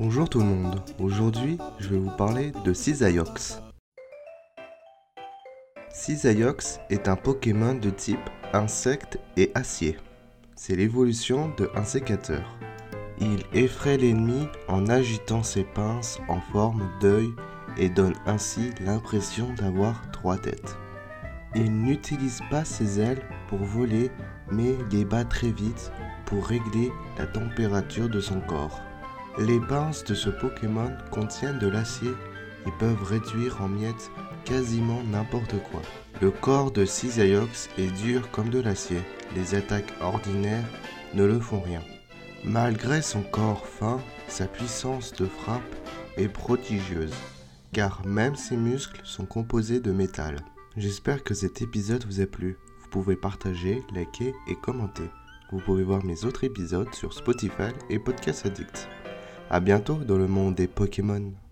Bonjour tout le monde, aujourd'hui je vais vous parler de Cisaiox. Cisaiox est un Pokémon de type insecte et acier. C'est l'évolution de un sécateur. Il effraie l'ennemi en agitant ses pinces en forme d'œil et donne ainsi l'impression d'avoir 3 têtes. Il n'utilise pas ses ailes pour voler mais les bat très vite pour régler la température de son corps. Les pinces de ce Pokémon contiennent de l'acier et peuvent réduire en miettes quasiment n'importe quoi. Le corps de Cisaiox est dur comme de l'acier, les attaques ordinaires ne le font rien. Malgré son corps fin, sa puissance de frappe est prodigieuse, car même ses muscles sont composés de métal. J'espère que cet épisode vous a plu. Vous pouvez partager, liker et commenter. Vous pouvez voir mes autres épisodes sur Spotify et Podcast Addict. A bientôt dans le monde des Pokémon.